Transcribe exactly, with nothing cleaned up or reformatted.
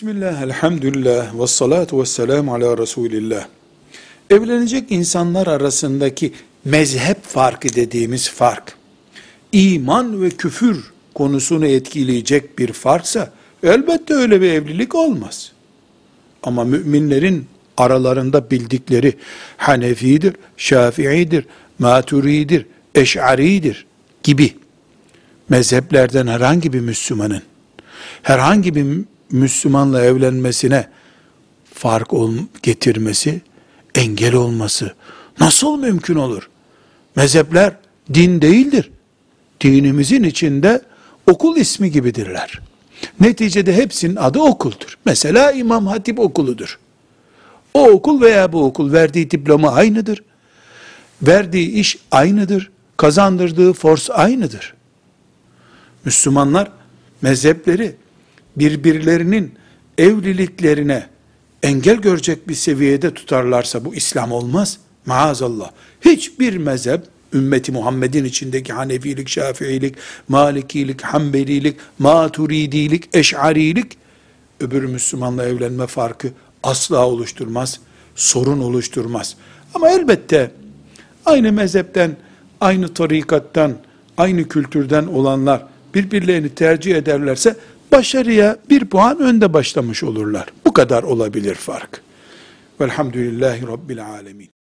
Bismillah, elhamdülillah, ve salatu ve selamu ala Resulillah. Evlenecek insanlar arasındaki mezhep farkı dediğimiz fark, iman ve küfür konusunu etkileyecek bir farksa, elbette öyle bir evlilik olmaz. Ama müminlerin aralarında bildikleri Hanefidir, Şafii'dir, Maturididir, Eş'aridir gibi mezheplerden herhangi bir Müslümanın, herhangi bir Müslümanla evlenmesine fark ol, getirmesi, engel olması nasıl mümkün olur? Mezhepler din değildir. Dinimizin içinde okul ismi gibidirler. Neticede hepsinin adı okuldur. Mesela İmam Hatip okuludur. O okul veya bu okul verdiği diploma aynıdır. Verdiği iş aynıdır. Kazandırdığı fors aynıdır. Müslümanlar mezhepleri birbirlerinin evliliklerine engel görecek bir seviyede tutarlarsa bu İslam olmaz. Maazallah. Hiçbir mezhep, ümmeti Muhammed'in içindeki Hanefilik, Şafiilik, Malikilik, Hanbelilik, Maturidilik, Eş'arilik, öbür Müslümanla evlenme farkı asla oluşturmaz, sorun oluşturmaz. Ama elbette aynı mezhepten, aynı tarikattan, aynı kültürden olanlar birbirlerini tercih ederlerse başarıya bir puan önde başlamış olurlar. Bu kadar olabilir fark. Velhamdülillahi Rabbil alemin.